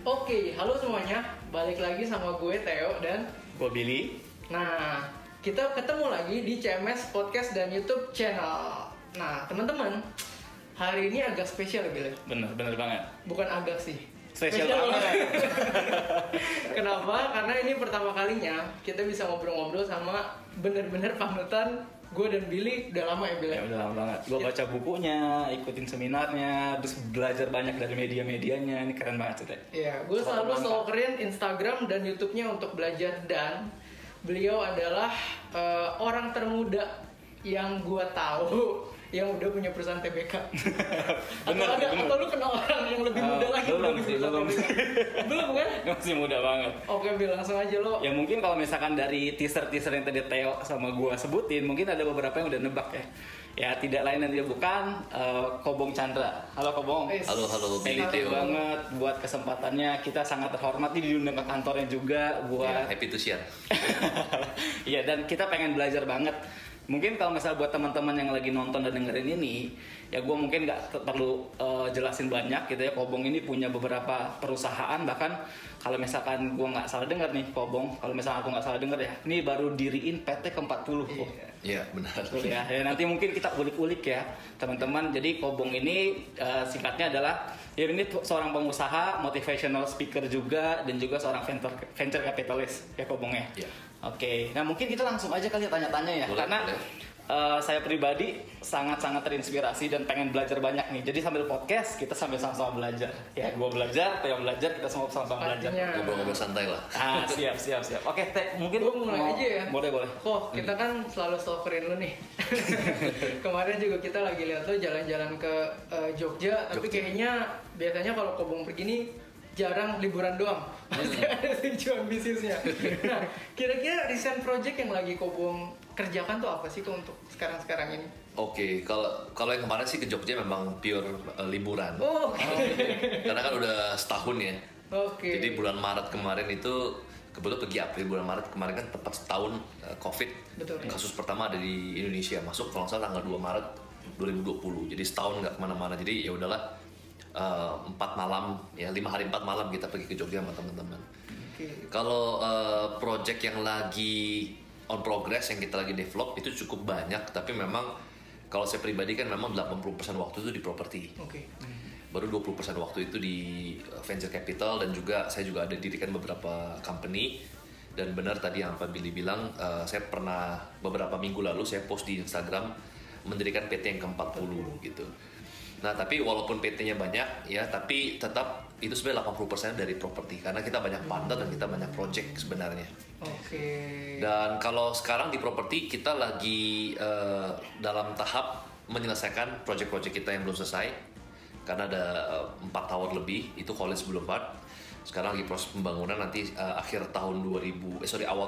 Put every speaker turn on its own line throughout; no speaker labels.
Oke, halo semuanya. Balik lagi sama gue Theo dan
Gue Billy.
Nah, kita ketemu lagi di CMS Podcast dan YouTube channel. Nah, teman-teman, hari ini agak spesial ya,
Bener banget.
Bukan agak sih.
Spesial banget.
Kenapa? Karena ini pertama kalinya kita bisa ngobrol-ngobrol sama bener-bener panutan gue dan Billy. Udah lama ya, Billy?
Ya udah lama banget. Gue baca bukunya, ikutin seminarnya, terus belajar banyak dari media-medianya. Ini keren banget sih, Teh.
Iya, gue selalu stalkerin Instagram dan YouTube-nya untuk belajar, dan beliau adalah orang termuda yang gue tahu yang udah punya perusahaan TBK. Atau lu kenal orang yang lebih muda lagi? Belum kan?
Masih muda banget.
Oke, Bil, langsung aja lo.
Ya mungkin kalau misalkan dari teaser-teaser yang tadi Theo sama gue sebutin, mungkin ada beberapa yang udah nebak ya. Ya tidak lain dan tidak bukan Kobong Chandra. Halo Kobong.
Halo Billy
Thank you
Theo.
banget buat kesempatannya. Kita sangat terhormat nih diundang ke kantornya juga buat
Happy to share.
Iya, dan kita pengen belajar banget. Mungkin kalau misalnya buat teman-teman yang lagi nonton dan dengerin ini, ya gue mungkin nggak perlu jelasin banyak gitu ya. Kobong ini punya beberapa perusahaan, bahkan kalau misalkan gue nggak salah dengar nih Kobong, kalau misalkan aku nggak salah dengar ya, ini baru diriin PT ke-40.
Iya benar.
Betul ya. Nanti mungkin kita ulik-ulik ya teman-teman. Jadi Kobong ini singkatnya adalah ya ini seorang pengusaha, motivational speaker juga, dan juga seorang venture capitalist ya Kobong ya.
Iya.
Oke, nah mungkin kita langsung aja kali tanya-tanya ya,
Boleh.
Saya pribadi sangat-sangat terinspirasi dan pengen belajar banyak nih. Jadi sambil podcast kita sambil sama-sama belajar. Ya, gue belajar, Theo belajar, kita semua sama-sama belajar.
Ngobrol-ngobrol santai lah.
Siap. Oke, mungkin
Gue mulai aja ya.
Boleh.
Kok kita kan selalu stalkerin lu nih. Kemarin juga kita lagi lihat lo jalan-jalan ke Jogja, tapi kayaknya biasanya kalau Kobong pergi nih jarang liburan doang. Pasti ada tujuan bisnisnya. Nah, kira-kira recent project yang lagi Kobong kerjakan tuh apa sih untuk sekarang-sekarang ini?
Oke, kalau yang kemarin sih ke Jogja memang pure liburan.
Oh, oke.
Karena kan udah setahun ya.
Oke.
Jadi bulan Maret kemarin itu kebetulan pergi April, bulan Maret kemarin kan tepat setahun COVID.
Betul.
Kasus pertama ada di Indonesia, masuk kalau nggak salah tanggal 2 Maret 2020. Jadi setahun nggak kemana-mana. Jadi ya udahlah. 4 malam ya 5 hari 4 malam kita pergi ke Jogja sama teman-teman. Kalau project yang lagi on progress yang kita lagi develop itu cukup banyak, tapi memang kalau saya pribadi kan memang 80% waktu itu di properti. Baru 20% waktu itu di venture capital, dan juga saya juga ada dirikan beberapa company. Dan benar tadi yang Pak Billy bilang, saya pernah beberapa minggu lalu saya post di Instagram mendirikan PT yang ke-40 gitu. Nah, tapi walaupun PT-nya banyak ya, tapi tetap itu sebenarnya 80% dari properti, karena kita banyak partner dan kita banyak project sebenarnya. Dan kalau sekarang di properti kita lagi dalam tahap menyelesaikan project-project kita yang belum selesai, karena ada 4 tower lebih, itu Collins Boulevard. Sekarang lagi proses pembangunan, nanti awal tahun 2022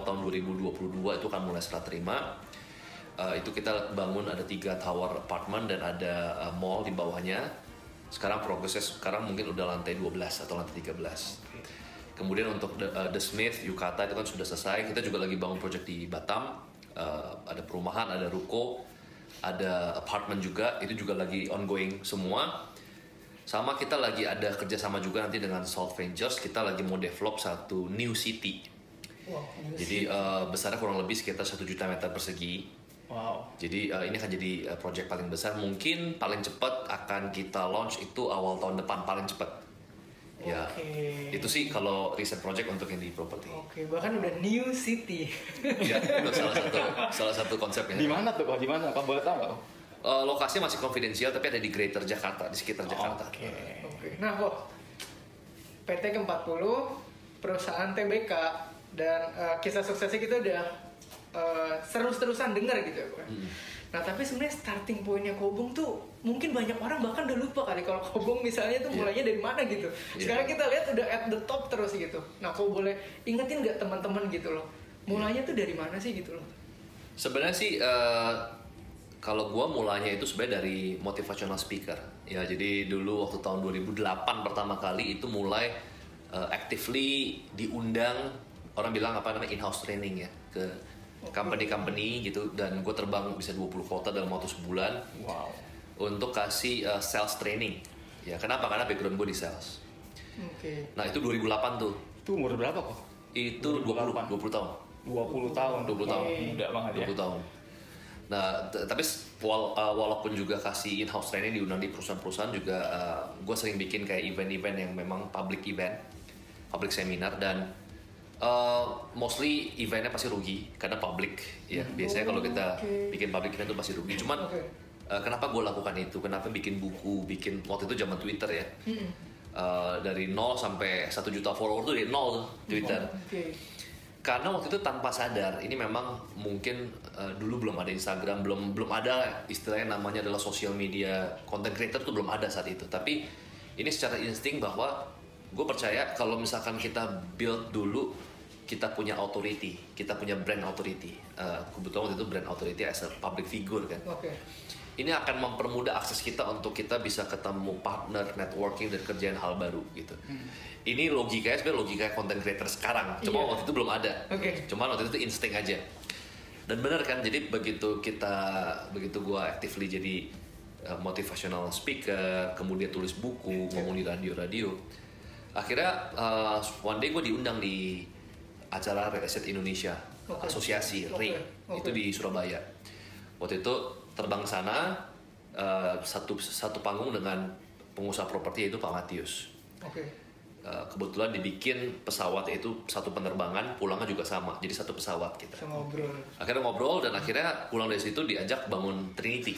itu akan mulai serah terima. Itu kita bangun ada 3 tower apartment dan ada mall di bawahnya. Sekarang progresnya mungkin udah lantai 12 atau lantai 13. Kemudian untuk The Smith, Yukata itu kan sudah selesai. Kita juga lagi bangun project di Batam. Ada perumahan, ada ruko, ada apartment juga. Itu juga lagi ongoing semua. Sama kita lagi ada kerjasama juga nanti dengan Salt Ventures. Kita lagi mau develop satu new city. Jadi besarnya kurang lebih sekitar 1 juta meter persegi.
Wow.
Jadi ini akan jadi project paling besar. Mungkin paling cepat akan kita launch itu awal tahun depan paling cepat. Ya, itu sih kalau recent project untuk yang di property.
Bahkan udah new city.
Ya, itu salah satu konsepnya.
Di mana tuh? Di mana? Apa boleh tahu?
Lokasinya masih konfidensial, tapi ada di Greater Jakarta, di sekitar Jakarta.
Nah, kok PT ke-40 perusahaan TBK, dan kisah suksesnya kita udah terus-terusan dengar gitu ya, Nah, tapi sebenarnya starting pointnya Kobong tuh mungkin banyak orang bahkan udah lupa kali kalau Kobong misalnya tuh mulainya dari mana gitu. Sekarang kita lihat udah at the top terus gitu. Nah, kok boleh ingetin nggak teman-teman gitu loh, mulainya tuh dari mana sih gitu loh?
Sebenarnya sih kalau gue mulainya itu sebenarnya dari motivational speaker. Ya, jadi dulu waktu tahun 2008 pertama kali itu mulai actively diundang, orang bilang apa namanya, in-house training ya, ke company-company gitu, dan gue terbang bisa 20 kota dalam waktu sebulan. Untuk kasih sales training. Ya, kenapa? Karena background gue di sales. Nah itu 2008 tuh.
Itu umur berapa kok?
Itu 20 tahun.
20 tahun.
20 tahun.
Muda banget ya.
20 tahun. Nah, tapi walaupun juga kasih in-house training diundang di perusahaan-perusahaan juga, gue sering bikin kayak event-event yang memang public event, public seminar, dan mostly eventnya pasti rugi karena public ya. Biasanya kalau kita bikin public event itu pasti rugi. Cuman kenapa gue lakukan itu? Kenapa bikin buku, bikin waktu itu zaman Twitter ya? Dari 0 sampai 1 juta follower tuh dari 0 tuh Twitter. Karena waktu itu tanpa sadar, ini memang mungkin dulu belum ada Instagram, belum ada istilahnya namanya adalah social media, content creator tuh belum ada saat itu. Tapi ini secara insting bahwa gue percaya kalau misalkan kita build dulu, kita punya authority, kita punya brand authority. Kebetulan waktu itu brand authority as a public figure kan. Ini akan mempermudah akses kita untuk kita bisa ketemu partner, networking, dan kerjaan hal baru gitu. Ini logikanya sebenarnya logika content creator sekarang. Cuma waktu itu belum ada. Cuma waktu itu insting aja. Dan benar kan, jadi begitu gue actively jadi motivational speaker, kemudian tulis buku, ngomong di radio. Akhirnya one day gue diundang di acara Real Estate Indonesia, asosiasi REI, itu di Surabaya. Waktu itu terbang ke sana, satu panggung dengan pengusaha properti yaitu Pak Matius. Kebetulan dibikin pesawat itu satu penerbangan, pulangnya juga sama, jadi satu pesawat kita. Akhirnya ngobrol dan akhirnya pulang dari situ diajak bangun Trinity.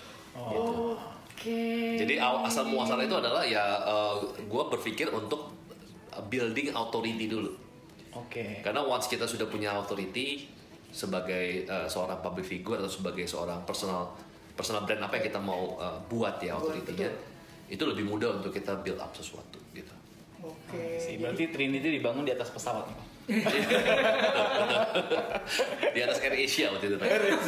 Jadi asal muasalnya itu adalah ya gue berpikir untuk building authority dulu. Karena once kita sudah punya authority sebagai seorang public figure atau sebagai seorang personal brand apa yang kita mau buat ya authority-nya, itu lebih mudah untuk kita build up sesuatu gitu.
Berarti Trinity dibangun di atas pesawat.
Di atas Air Asia waktu itu.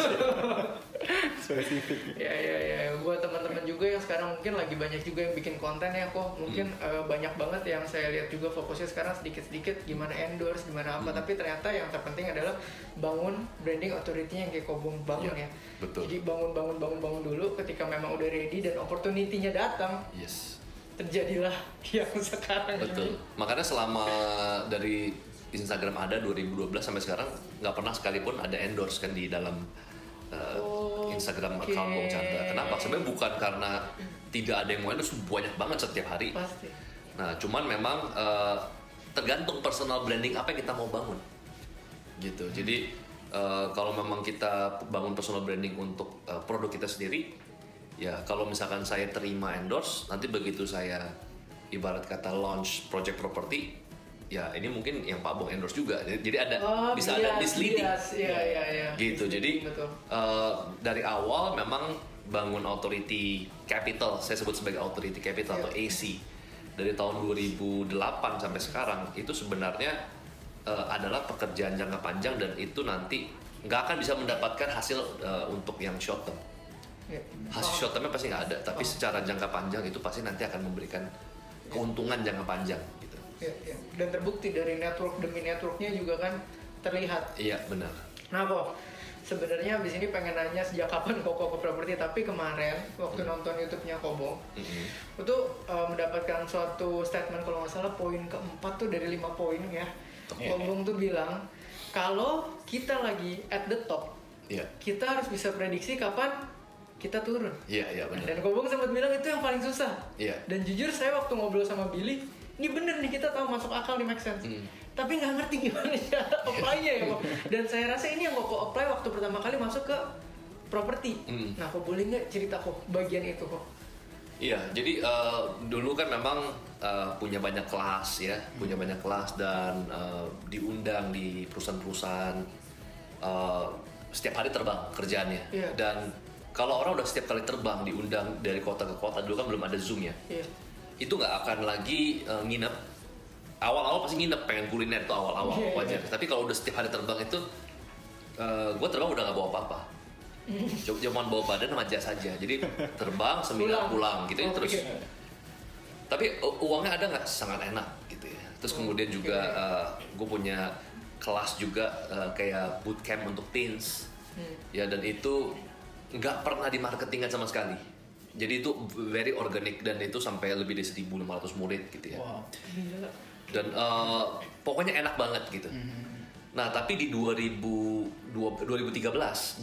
Spesifik. Ya. Buat teman-teman juga yang sekarang mungkin lagi banyak juga yang bikin konten ya kok. Mungkin banyak banget yang saya lihat juga fokusnya sekarang sedikit-sedikit gimana endorse, gimana apa. Tapi ternyata yang terpenting adalah bangun branding authority-nya yang kayak Kobong bangun ya.
Betul.
Jadi bangun dulu. Ketika memang udah ready dan opportunity-nya datang. Terjadilah yang sekarang.
Betul. Makanya selama dari Instagram ada 2012 sampai sekarang nggak pernah sekalipun ada endorse kan di dalam Instagram account Bong Chandra. Kenapa? Sebenarnya bukan karena tidak ada yang mau endorse, banyak banget setiap hari.
Pasti.
Nah, cuman memang tergantung personal branding apa yang kita mau bangun, gitu. Jadi kalau memang kita bangun personal branding untuk produk kita sendiri, ya kalau misalkan saya terima endorse, nanti begitu saya ibarat kata launch project property, ya ini mungkin yang Pak Bong endorse juga, jadi ada bisa ada misleading, gitu. Jadi dari awal memang bangun authority capital, saya sebut sebagai authority capital atau AC, dari tahun 2008 sampai sekarang itu sebenarnya adalah pekerjaan jangka panjang dan itu nanti nggak akan bisa mendapatkan hasil untuk yang short term. Hasil short termnya pasti nggak ada, tapi secara jangka panjang itu pasti nanti akan memberikan keuntungan jangka panjang gitu.
Dan terbukti dari network demi networknya juga kan terlihat.
Iya benar.
Nah kok sebenarnya abis ini pengen nanya sejak kapan kok ke properti, tapi kemarin waktu nonton YouTube-nya Kobong itu mendapatkan suatu statement kalau nggak salah poin keempat tuh dari 5 poin ya. Kobong tuh bilang kalau kita lagi at the top, kita harus bisa prediksi kapan kita turun.
Iya benar.
Dan Kobong sempat bilang itu yang paling susah. Dan jujur saya waktu ngobrol sama Billy, ini bener nih, kita tahu masuk akal nih, make sense. Tapi nggak ngerti gimana cara apply-nya ya kok. Dan saya rasa ini yang kok apply waktu pertama kali masuk ke properti. Nah kok boleh nggak cerita kok bagian itu kok?
Iya, jadi dulu kan memang punya banyak kelas ya, punya banyak kelas dan diundang di perusahaan-perusahaan, setiap hari terbang kerjaannya. Dan kalau orang udah setiap kali terbang diundang dari kota ke kota, dulu kan belum ada Zoom ya. Itu nggak akan lagi nginep. Awal-awal pasti nginep, pengen kuliner itu awal-awal wajar. Tapi kalau udah setiap hari terbang itu, gue terbang udah nggak bawa apa-apa. Cuman bawa badan sama jas saja. Jadi terbang, seminar pulang gitu ya terus. Tapi uangnya ada nggak? Sangat enak gitu ya. Terus kemudian juga gue punya kelas juga kayak bootcamp untuk teens. Ya dan itu nggak pernah dimarketingkan sama sekali. Jadi itu very organic dan itu sampai lebih dari 1.500 murid gitu ya.
Wow.
Dan pokoknya enak banget gitu. Nah tapi di 2013,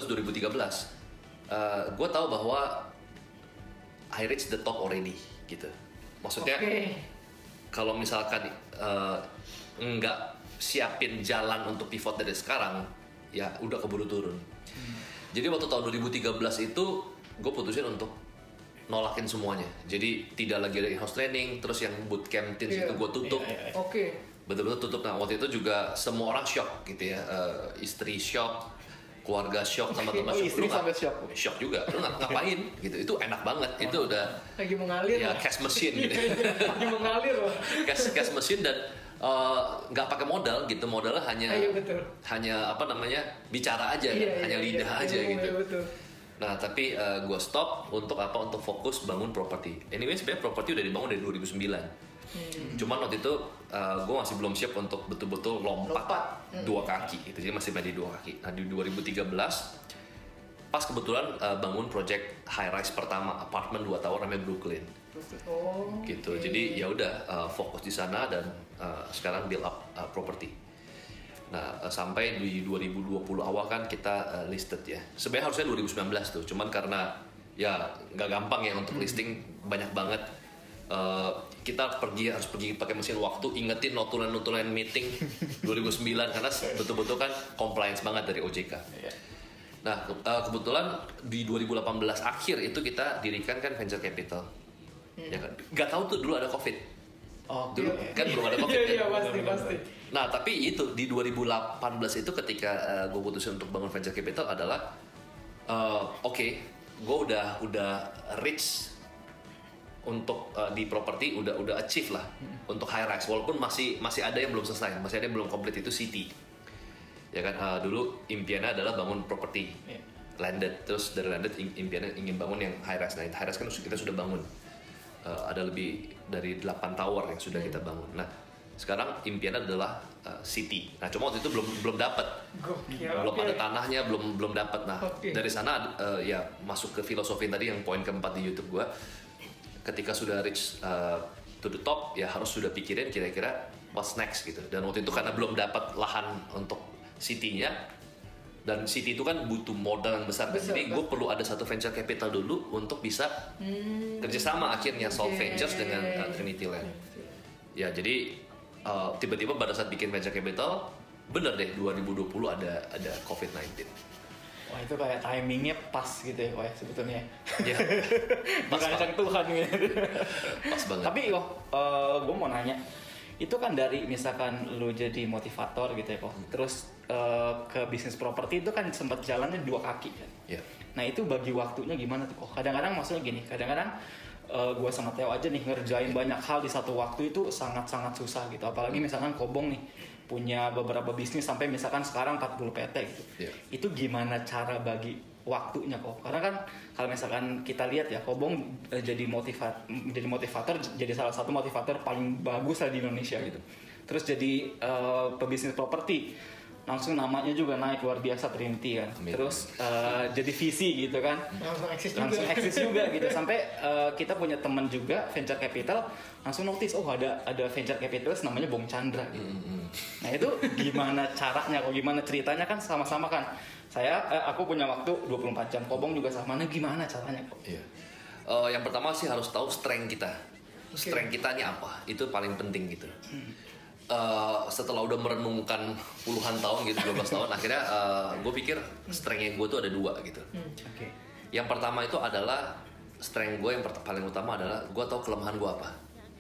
gue tahu bahwa I reached the top already gitu. Maksudnya kalau misalkan nggak siapin jalan untuk pivot dari sekarang, ya udah keburu turun. Jadi waktu tahun 2013 itu gue putusin untuk nolakin semuanya. Jadi tidak lagi ada in-house training, terus yang bootcamp teams itu gue tutup. Betul-betul tutup. Nah waktu itu juga semua orang shock gitu ya. Istri shock, keluarga shock, sama teman shock.
Istri sampai shock.
Shock juga. Lu ngapain gitu? Itu enak banget. Itu udah
lagi mengalir.
Ya cash machine gitu.
Lagi mengalir loh.
Cash machine dan nggak pakai modal gitu. Modalnya hanya apa namanya? Bicara aja, hanya lidah aja gitu.
Betul.
Nah tapi gue stop untuk apa? Untuk fokus bangun properti. Anyway sebenarnya properti udah dibangun dari 2009. Cuman waktu itu gue masih belum siap untuk betul-betul lompat 2 kaki gitu. Jadi masih di 2 kaki. Nah di 2013 pas kebetulan bangun project high rise pertama, apartemen 2 tower namanya Brooklyn. Gitu. Jadi ya udah fokus di sana dan sekarang build up property. Nah, sampai di 2020 awal kan kita listed ya. Sebenarnya harusnya 2019 tuh, cuman karena ya nggak gampang ya untuk listing, banyak banget. Kita harus pergi pakai mesin waktu, ingetin notulen meeting 2009 karena betul-betul kan compliance banget dari OJK. Nah, kebetulan di 2018 akhir itu kita dirikan kan venture capital. Ya kan? Nggak tahu tuh dulu ada COVID. Dulu kan belum ada COVID.
Iya, pasti.
Nah tapi itu di 2018 itu ketika gue putusin untuk bangun venture capital adalah gue udah reach untuk di properti udah achieve lah untuk high rise, walaupun masih ada yang belum selesai, masih ada yang belum komplit, itu city ya kan. Dulu impiannya adalah bangun properti landed, terus dari landed impiannya ingin bangun yang high rise. Nah high rise kan kita sudah bangun, ada lebih dari 8 tower yang sudah kita bangun. Nah sekarang impiannya adalah city. Nah cuma waktu itu belum dapat, belum ada tanahnya, belum dapat. Nah dari sana ya masuk ke filosofi tadi yang poin keempat di YouTube gua. Ketika sudah reach to the top, ya harus sudah pikirin kira-kira what's next gitu. Dan waktu itu karena belum dapat lahan untuk city-nya, dan city itu kan butuh modal yang besar. Jadi gue perlu ada satu venture capital dulu untuk bisa kerjasama akhirnya Solve Ventures dengan Trinity Land. Ya jadi tiba-tiba pada saat bikin venture capital, bener deh 2020 ada COVID-19.
Wah itu kayak timingnya pas gitu ya, Pak, sebetulnya.
Ya,
bukan sang Tuhan gitu.
Pas banget.
Tapi gue mau nanya, itu kan dari misalkan lu jadi motivator gitu ya kok, terus ke bisnis properti itu kan sempat jalannya 2 kaki kan.
Yeah.
Nah itu bagi waktunya gimana tuh kok? Kadang-kadang maksudnya gini, kadang-kadang gue sama Theo aja nih ngerjain banyak hal di satu waktu itu sangat-sangat susah gitu. Apalagi misalkan Kobong nih punya beberapa bisnis sampai misalkan sekarang 40 PT gitu. Yeah. Itu gimana cara bagi waktunya kok? Karena kan kalau misalkan kita lihat ya, Kobong jadi motivator, jadi salah satu motivator paling bagus lah di Indonesia gitu. Terus jadi pebisnis properti, langsung namanya juga naik luar biasa, Trinity kan. Terus jadi visi gitu kan, langsung eksis juga gitu. Sampai kita punya teman juga venture capital, langsung notice ada venture capitalist namanya Bong Chandra gitu. Nah itu gimana caranya, kok gimana ceritanya, kan sama-sama kan aku punya waktu 24 jam, Kobong juga sama. Nah gimana caranya kok?
Iya. Yang pertama sih harus tahu strength kita. Strength kita ini apa? Itu paling penting gitu. Setelah udah merenungkan puluhan tahun gitu, 12 tahun, akhirnya gue pikir strength-nya gue tuh ada 2 gitu. Yang pertama itu adalah strength gue yang paling utama adalah gue tahu kelemahan gue apa.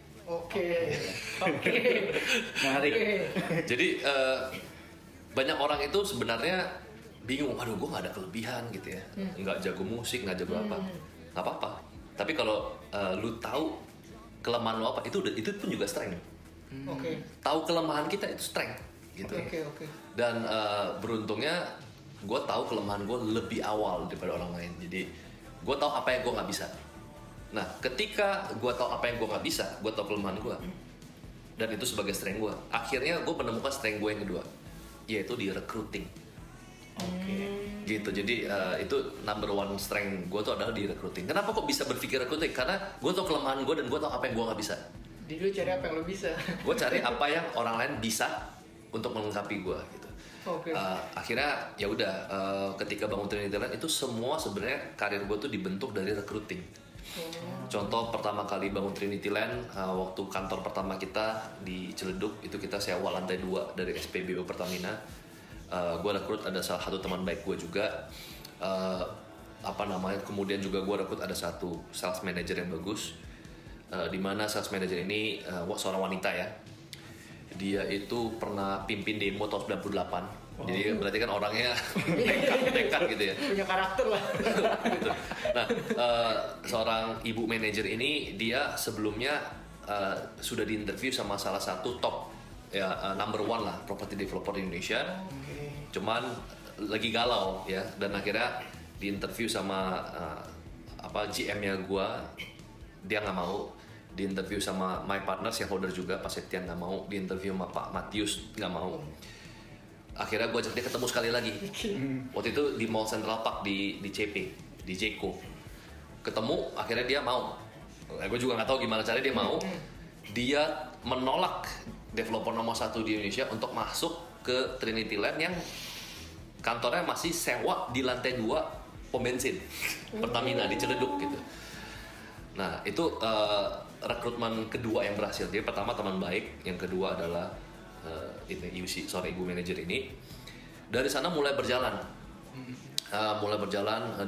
Menarik.
Jadi banyak orang itu sebenarnya bingung, aduh gue gak ada kelebihan gitu ya, nggak jago musik, nggak jago apa, nggak apa-apa. Tapi kalau lu tahu kelemahan lu apa, itu pun juga strength. Tahu kelemahan kita itu strength gitu. Dan beruntungnya gue tahu kelemahan gue lebih awal daripada orang lain. Jadi gue tahu apa yang gue nggak bisa. Nah ketika gue tahu apa yang gue nggak bisa, gue tahu kelemahan gue, dan itu sebagai strength gue, akhirnya gue menemukan strength gue yang kedua, yaitu di recruiting. gitu. Jadi itu number one strength gue tuh adalah di recruiting. Kenapa kok bisa berpikir recruiting? Karena gue tau kelemahan gue dan gue tau apa yang gue nggak bisa.
Jadi lu cari apa yang lu bisa.
Gue cari apa yang orang lain bisa untuk melengkapi gue gitu.
Oke.
Akhirnya ya udah ketika bangun Trinity Land itu semua sebenarnya karir gue tuh dibentuk dari recruiting. Contoh pertama kali bangun Trinity Land, waktu kantor pertama kita di Ciledug itu kita sewa lantai 2 dari SPBU Pertamina. Gue rekrut ada salah satu teman baik gue juga, kemudian juga gue rekrut ada satu sales manager yang bagus, di mana sales manager ini seorang wanita ya. Dia itu pernah pimpin demo tahun 98. Jadi berarti kan orangnya nekat gitu ya.
Punya karakter lah.
Gitu. Nah, seorang ibu manajer ini dia sebelumnya sudah diinterview sama salah satu top ya number one lah property developer di Indonesia. Cuman lagi galau ya, dan akhirnya diinterview sama GM-nya gua, dia nggak mau. Diinterview sama my partner shareholder juga Pak Septian nggak mau. Diinterview sama Pak Matius nggak mau. Akhirnya gue ajak dia ketemu sekali lagi. Waktu itu di Mall Central Park di CP, di Jeko. Ketemu, akhirnya dia mau. Gue juga nggak tahu gimana caranya dia mau. Dia menolak developer nomor 1 di Indonesia untuk masuk ke Trinity Land yang kantornya masih sewa di lantai 2 pom bensin Pertamina di Ciledug gitu. Nah itu rekrutmen kedua yang berhasil. Jadi pertama teman baik, yang kedua adalah ibu manajer ini. Dari sana mulai berjalan. 2018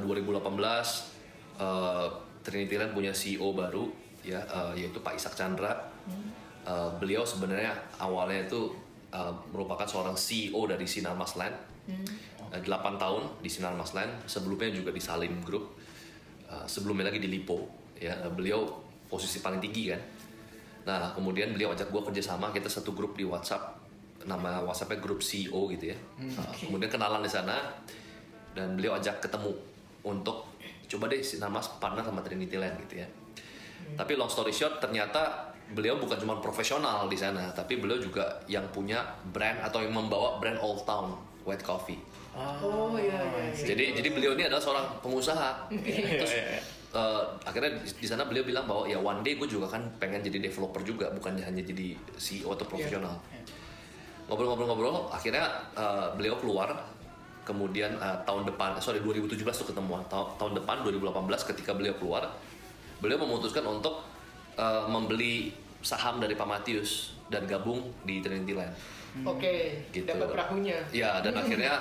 Trinity Land punya CEO baru ya, yaitu Pak Ishak Chandra. Beliau sebenarnya awalnya itu merupakan seorang CEO dari Sinarmas Land. 8 tahun di Sinarmas Land, sebelumnya juga di Salim Group, sebelumnya lagi di Lipo ya. Beliau posisi paling tinggi kan. Nah kemudian beliau ajak gue kerjasama, kita satu grup di WhatsApp, nama WhatsAppnya grup CEO gitu ya. Kemudian kenalan di sana dan beliau ajak ketemu untuk coba deh Sinarmas partner sama Trinity Land gitu ya. Tapi long story short, ternyata beliau bukan cuma profesional di sana, tapi beliau juga yang punya brand atau yang membawa brand Old Town White Coffee.
Iya.
Jadi beliau ini adalah seorang pengusaha. Terus akhirnya di sana beliau bilang bahwa ya one day gue juga kan pengen jadi developer juga, bukan hanya jadi CEO atau profesional. Ngobrol-ngobrol, akhirnya beliau keluar. Kemudian tahun depan, 2017 tuh ketemuan. Tahun depan 2018 ketika beliau keluar, beliau memutuskan untuk membeli saham dari Pak Matius dan gabung di Trinity Land.
Oke,
gitu.
dapat perahunya.
Ya, dan akhirnya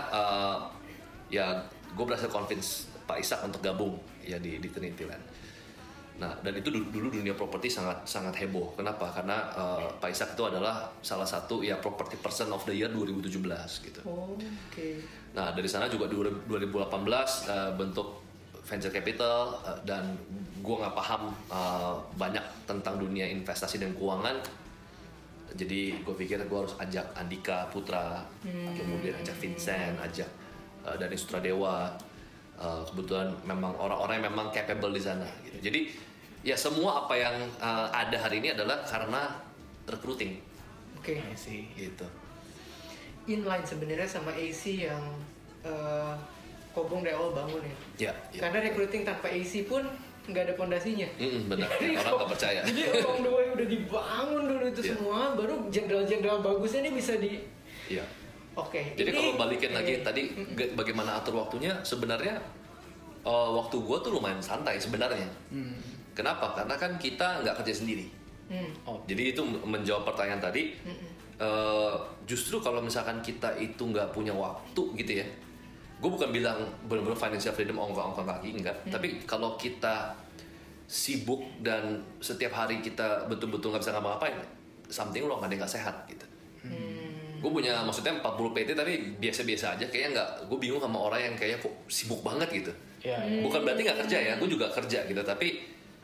ya gue berhasil convince Pak Ishak untuk gabung ya di Trinity Land. Nah, dan itu dulu dunia properti sangat heboh. Kenapa? Karena Pak Ishak itu adalah salah satu ya property person of the year 2017 gitu.
Oke.
Nah, dari sana juga 2018 bentuk venture capital, dan gue nggak paham banyak tentang dunia investasi dan keuangan. Jadi gue pikir gue harus ajak Andika Putra, kemudian ajak Vincent, ajak Dani Sutradewa. Kebetulan memang orang-orang yang memang capable di sana gitu. Jadi ya semua apa yang ada hari ini adalah karena recruiting.
Oke.
sih
Gitu.
Inline sebenarnya sama AC yang Kobong dari awal bangun ya.
Ya.
Karena recruiting tanpa AC pun nggak ada fondasinya.
Benar. Orang nggak percaya.
Jadi orang dua udah dibangun dulu itu semua, baru jenderal-jenderal bagusnya ini bisa di.
Iya.
Oke.
Jadi kalau balikin lagi tadi bagaimana atur waktunya, sebenarnya waktu gue tuh lumayan santai sebenarnya. Kenapa? Karena kan kita nggak kerja sendiri. Jadi itu menjawab pertanyaan tadi. Justru kalau misalkan kita itu nggak punya waktu gitu ya, gue bukan bilang benar-benar financial freedom ongkang kaki, enggak. Tapi kalau kita sibuk dan setiap hari kita betul-betul nggak bisa ngapa-ngapain, something wrong, ada yang nggak sehat gitu. Gue punya maksudnya 40 PT tapi biasa-biasa aja, kayaknya nggak. Gue bingung sama orang yang kayaknya kok sibuk banget gitu. Bukan berarti nggak kerja ya, gue juga kerja gitu. Tapi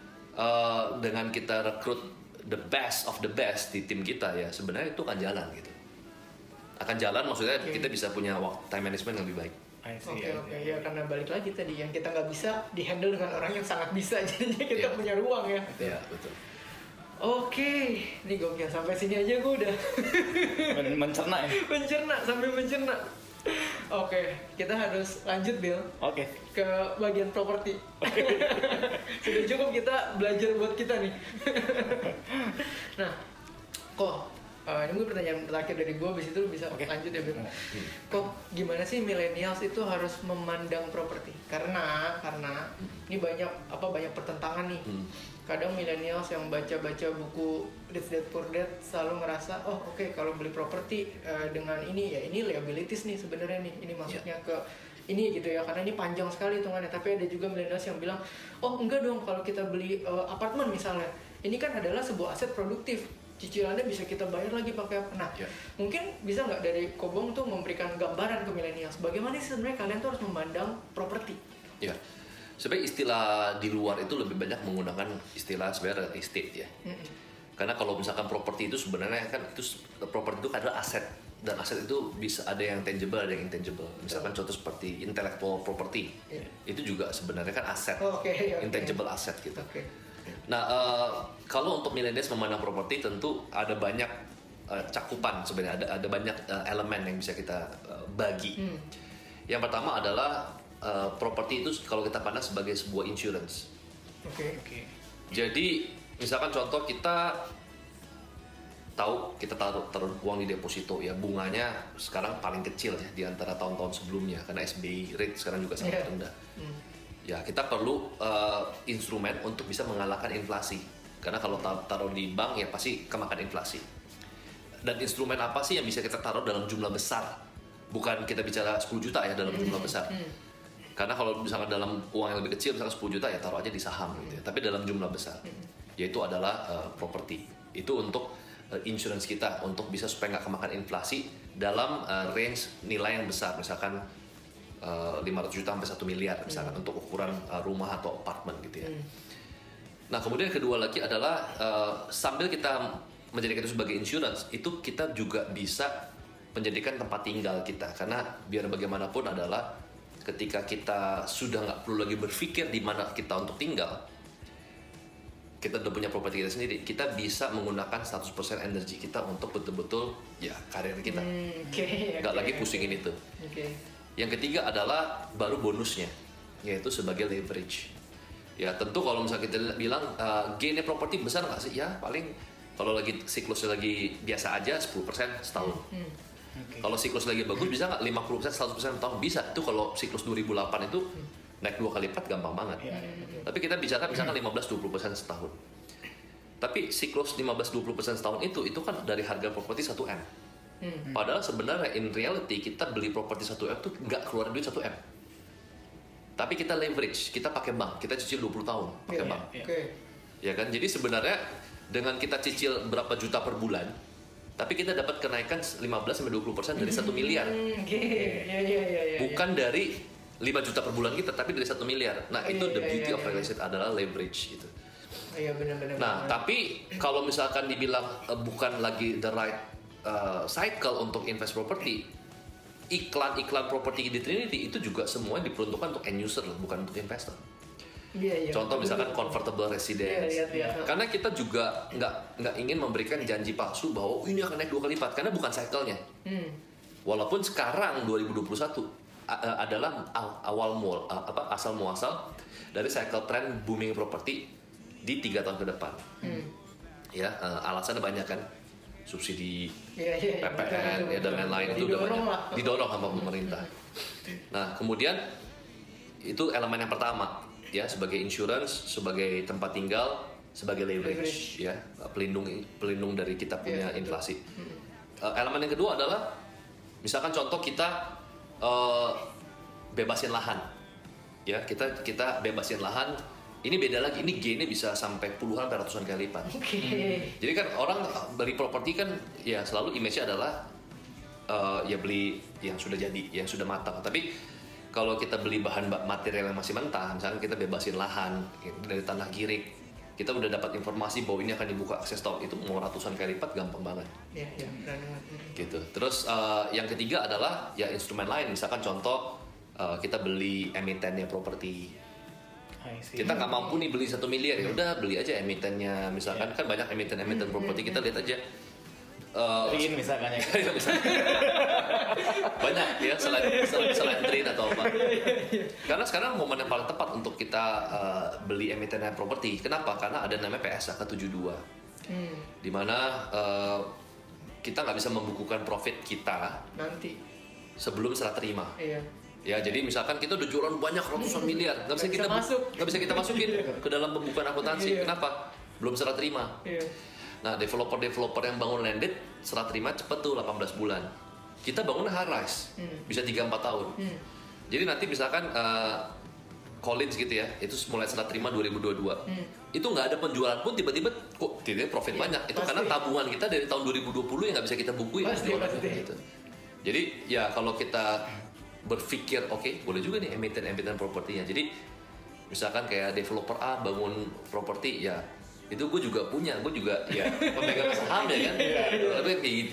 dengan kita rekrut the best of the best di tim kita ya, sebenarnya itu akan jalan gitu. Akan jalan, maksudnya kita bisa punya time management yang lebih baik.
Oke, ya karena balik lagi tadi yang kita nggak bisa dihandle dengan orang yang sangat bisa, jadinya kita punya ruang ya.
Iya, betul.
Oke, ini gokil, sampai sini aja gue udah
mencerna ya.
mencerna. Oke, kita harus lanjut Bill
Oke.
ke bagian properti. Sudah cukup kita belajar buat kita nih. Nah, kok ini mungkin pertanyaan terakhir dari gue, abis itu lu bisa lanjut ya Bill. Kok gimana sih millennials itu harus memandang properti? Karena ini banyak pertentangan nih. Kadang millennials yang baca buku Rich Dad Poor Dad selalu ngerasa oke, kalau beli properti dengan ini ya ini liabilities nih sebenarnya nih, ini maksudnya ke ini gitu ya, karena ini panjang sekali hitungannya. Tapi ada juga millennials yang bilang enggak dong, kalau kita beli apartemen misalnya, ini kan adalah sebuah aset produktif, cicilannya bisa kita bayar lagi pakai apa. Nah, mungkin bisa nggak dari Kobong tuh memberikan gambaran ke millennials bagaimana sih sebenarnya kalian tuh harus memandang properti?
Ya, sebenarnya istilah di luar itu lebih banyak menggunakan istilah sebenarnya real estate ya. Karena kalau misalkan properti itu sebenarnya kan properti itu adalah aset, dan aset itu bisa ada yang tangible, ada yang intangible. Misalkan contoh seperti intellectual property, itu juga sebenarnya kan aset, intangible aset gitu. Nah, kalau untuk millennials memandang properti tentu ada banyak cakupan sebenarnya, ada banyak elemen yang bisa kita bagi. Yang pertama adalah properti itu kalau kita pandang sebagai sebuah insurance. Jadi misalkan contoh kita tahu kita taruh uang di deposito ya, bunganya sekarang paling kecil ya di antara tahun-tahun sebelumnya karena SBI rate sekarang juga sangat rendah. Ya kita perlu instrumen untuk bisa mengalahkan inflasi, karena kalau taruh di bank ya pasti kemakan inflasi. Dan instrumen apa sih yang bisa kita taruh dalam jumlah besar? Bukan kita bicara 10 juta ya, dalam jumlah besar. Karena kalau misalkan dalam uang yang lebih kecil, misalkan 10 juta ya taruh aja di saham gitu ya. Tapi dalam jumlah besar, yaitu adalah properti. Itu untuk insurance kita, untuk bisa supaya nggak kemakan inflasi dalam range nilai yang besar. Misalkan 500 juta sampai 1 miliar misalkan untuk ukuran rumah atau apartemen gitu ya. Nah kemudian kedua lagi adalah sambil kita menjadikan itu sebagai insurance, itu kita juga bisa menjadikan tempat tinggal kita. Karena biar bagaimanapun adalah ketika kita sudah nggak perlu lagi berpikir di mana kita untuk tinggal, kita udah punya properti kita sendiri, kita bisa menggunakan 100% energi kita untuk betul-betul ya karir kita. Nggak lagi pusingin itu. Yang ketiga adalah baru bonusnya, yaitu sebagai leverage. Ya tentu kalau misalnya kita bilang gainnya properti besar nggak sih? Ya paling kalau lagi siklusnya lagi biasa aja 10% setahun. Kalau siklus lagi bagus bisa nggak 50%, 100% tahun? Bisa. Itu kalau siklus 2008 itu naik 2 kali lipat gampang banget. Tapi kita bicara misalkan 15-20% setahun. Tapi siklus 15-20% setahun itu kan dari harga properti 1M. Padahal sebenarnya in reality kita beli properti 1M itu nggak keluar duit 1M. Tapi kita leverage, kita pakai bank, kita cicil 20 tahun pakai bank. Ya kan? Jadi sebenarnya dengan kita cicil berapa juta per bulan, tapi kita dapat kenaikan 15-20% dari 1 miliar. Bukan dari 5 juta per bulan kita, tapi dari 1 miliar. Nah, itu the beauty of real estate adalah leverage gitu. Nah, tapi kalau misalkan dibilang bukan lagi the right cycle untuk invest property, iklan-iklan properti di Trinity itu juga semua diperuntukkan untuk end user loh, bukan untuk investor. Contoh misalkan convertible residence, karena kita juga nggak ingin memberikan janji palsu bahwa ini akan naik 2 kali lipat, karena bukan cycle-nya. Walaupun sekarang 2021 adalah asal muasal dari cycle trend booming properti di 3 tahun ke depan. Ya alasannya banyak kan, subsidi PPN dan lain-lain itu udah banyak didorong sama pemerintah. Nah kemudian itu elemen yang pertama ya, sebagai insurance, sebagai tempat tinggal, sebagai leverage. Ya, pelindung dari kita punya inflasi. Elemen yang kedua adalah misalkan contoh kita bebasin lahan. Ya, kita bebasin lahan. Ini beda lagi, ini gainnya bisa sampai puluhan atau ratusan kali lipat. Jadi kan orang beli properti kan ya selalu image-nya adalah ya beli yang sudah jadi, yang sudah matang. Tapi kalau kita beli bahan material yang masih mentah, misalnya kita bebasin lahan dari tanah girik, kita udah dapat informasi bahwa ini akan dibuka akses tol, itu mau ratusan kali lipat gampang banget. Gitu. Terus yang ketiga adalah ya instrumen lain, misalkan contoh kita beli emitennya properti. Kita nggak mampu nih beli 1 miliar, ya udah beli aja emitennya, misalkan kan banyak emiten properti, kita lihat aja.
Rin misalkan ya.
banyak ya selain trade atau apa. Karena sekarang momen yang paling tepat untuk kita beli emiten properti. Kenapa? Karena ada namanya PSAK 72. Dimana kita nggak bisa membukukan profit kita
nanti
sebelum serah terima.
iya.
Ya, jadi misalkan kita udah jualan banyak ratusan miliar, nggak bisa kita masukin ke dalam pembukuan akuntansi. Kenapa? Belum serah terima.
Iya.
Nah, developer yang bangun landed serah terima cepet tuh 18 bulan. Kita bangunnya high rise, bisa 3-4 tahun. Jadi nanti misalkan Collins gitu ya, itu mulai serah terima 2022. Itu nggak ada penjualan pun tiba-tiba kok profit banyak. Itu
pasti.
karena tabungan kita dari tahun 2020 yang nggak bisa kita bukuin.
Pasti.
Gitu. Jadi ya kalau kita berpikir oke, boleh juga nih emiten propertinya. Jadi misalkan kayak developer A bangun properti ya, itu gue juga punya, gue juga ya pemegang saham ya kan. Tapi kayak gitu.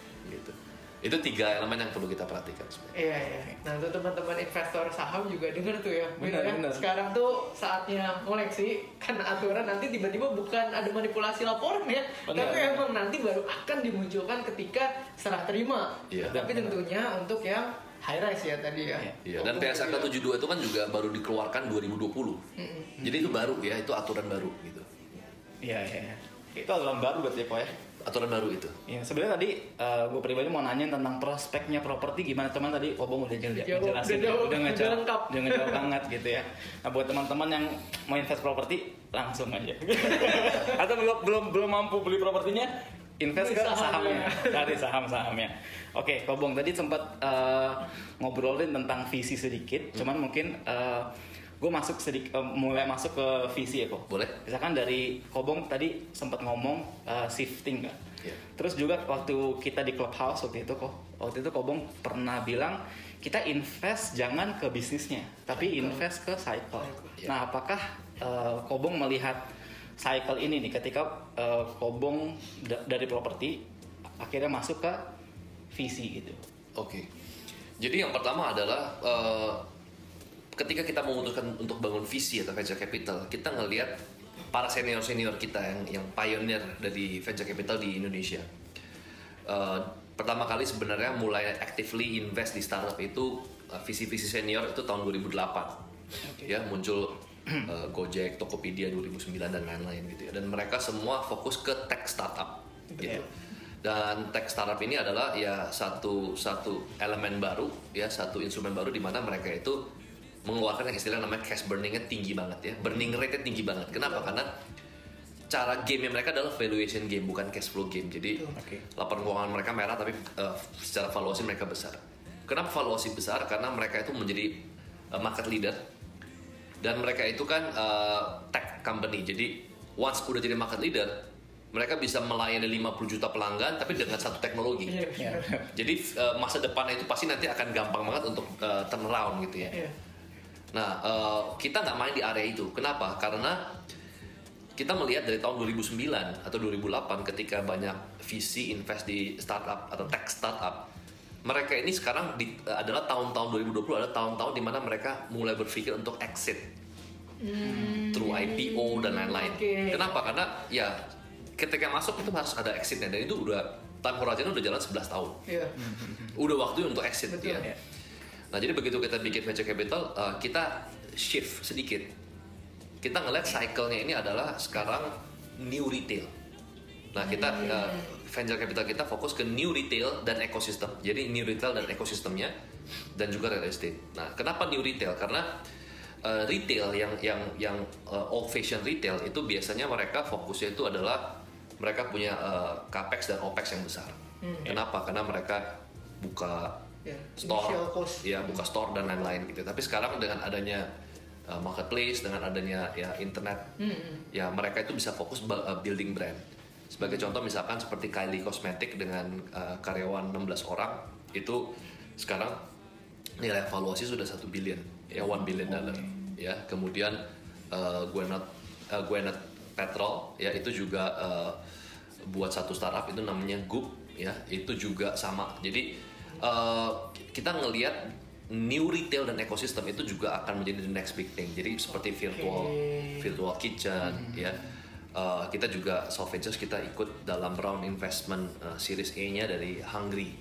Itu 3 elemen yang perlu kita perhatikan sebenarnya.
Iya. Nah, untuk teman-teman investor saham juga denger tuh ya.
Benar.
Sekarang tuh saatnya koleksi, karena aturan nanti tiba-tiba bukan ada manipulasi laporan ya,
Benar.
tapi emang nanti baru akan dimunculkan ketika serah terima.
Iya.
Tapi tentunya untuk yang high rise ya tadi ya.
Iya, dan PSAK 72 itu kan juga baru dikeluarkan 2020. Jadi itu baru ya, itu aturan baru gitu.
Iya. Itu aturan baru berarti Pak ya.
Aturan baru itu.
Ya, sebenarnya tadi gue pribadi mau nanya tentang prospeknya properti gimana, teman tadi Kobong udah jelasin, udah ngejawab banget gitu ya. Nah, buat teman-teman yang mau invest properti langsung aja. Atau belum mampu beli propertinya, invest ke sahamnya, cari saham-sahamnya. Oke, Kobong tadi sempat ngobrolin tentang visi sedikit, cuman mungkin gue mulai masuk ke visi ya kok.
Boleh.
Misalkan dari Kobong tadi sempat ngomong shifting kan.
Yeah.
Terus juga waktu kita di Clubhouse waktu itu Kobong pernah bilang kita invest jangan ke bisnisnya, tapi invest ke cycle.
Yeah.
Nah, apakah Kobong melihat cycle ini nih ketika Kobong dari properti akhirnya masuk ke visi gitu?
Oke. Jadi yang pertama adalah ketika kita memutuskan untuk bangun visi atau venture capital, kita ngelihat para senior kita yang pioneer dari venture capital di Indonesia. Pertama kali sebenarnya mulai actively invest di startup itu visi senior itu tahun 2008. Ya, muncul Gojek, Tokopedia 2009 dan lain-lain gitu ya. Dan mereka semua fokus ke tech startup gitu. Dan tech startup ini adalah ya satu elemen baru ya, satu instrumen baru di mana mereka itu mengeluarkan yang istilah namanya cash burning-nya tinggi banget ya. Burning rate-nya tinggi banget. Kenapa? Karena cara game mereka adalah valuation game, bukan cash flow game. Jadi laporan keuangan mereka merah tapi secara valuasi mereka besar. Kenapa valuasi besar? Karena mereka itu menjadi market leader. Dan mereka itu kan tech company. Jadi once udah jadi market leader, mereka bisa melayani 50 juta pelanggan tapi dengan satu teknologi. Jadi masa depannya itu pasti nanti akan gampang banget untuk turnaround gitu ya. Nah, kita nggak main di area itu. Kenapa? Karena kita melihat dari tahun 2009 atau 2008 ketika banyak VC invest di startup atau tech startup, mereka ini sekarang adalah tahun-tahun 2020 adalah tahun-tahun di mana mereka mulai berpikir untuk exit through IPO dan lain-lain. Kenapa? Karena ya ketika masuk itu harus ada exitnya, dan itu udah time horizon udah jalan 11 tahun. Udah waktu untuk exit.
Betul.
Ya. Nah, jadi begitu kita bikin venture capital, kita shift sedikit. Kita ngeliat cycle-nya ini adalah sekarang new retail. Nah, kita venture capital kita fokus ke new retail dan ekosistem. Jadi new retail dan ekosistemnya dan juga real estate. Nah, kenapa new retail? Karena retail yang old fashion retail itu biasanya mereka fokusnya itu adalah mereka punya capex dan opex yang besar. Kenapa? Karena mereka buka store, ya buka store dan lain-lain gitu. Tapi sekarang dengan adanya marketplace, dengan adanya ya internet, ya mereka itu bisa fokus building brand. Sebagai contoh misalkan seperti Kylie Cosmetics dengan karyawan 16 orang itu sekarang nilai valuasi sudah 1 billion, ya 1 billion dollar. Ya, kemudian Gwyneth Paltrow ya itu juga buat satu startup itu namanya Goop ya, itu juga sama. Jadi kita ngelihat new retail dan ekosistem itu juga akan menjadi the next big thing. Jadi seperti virtual kitchen ya, kita juga Soft Ventures kita ikut dalam round investment series A-nya dari Hengry.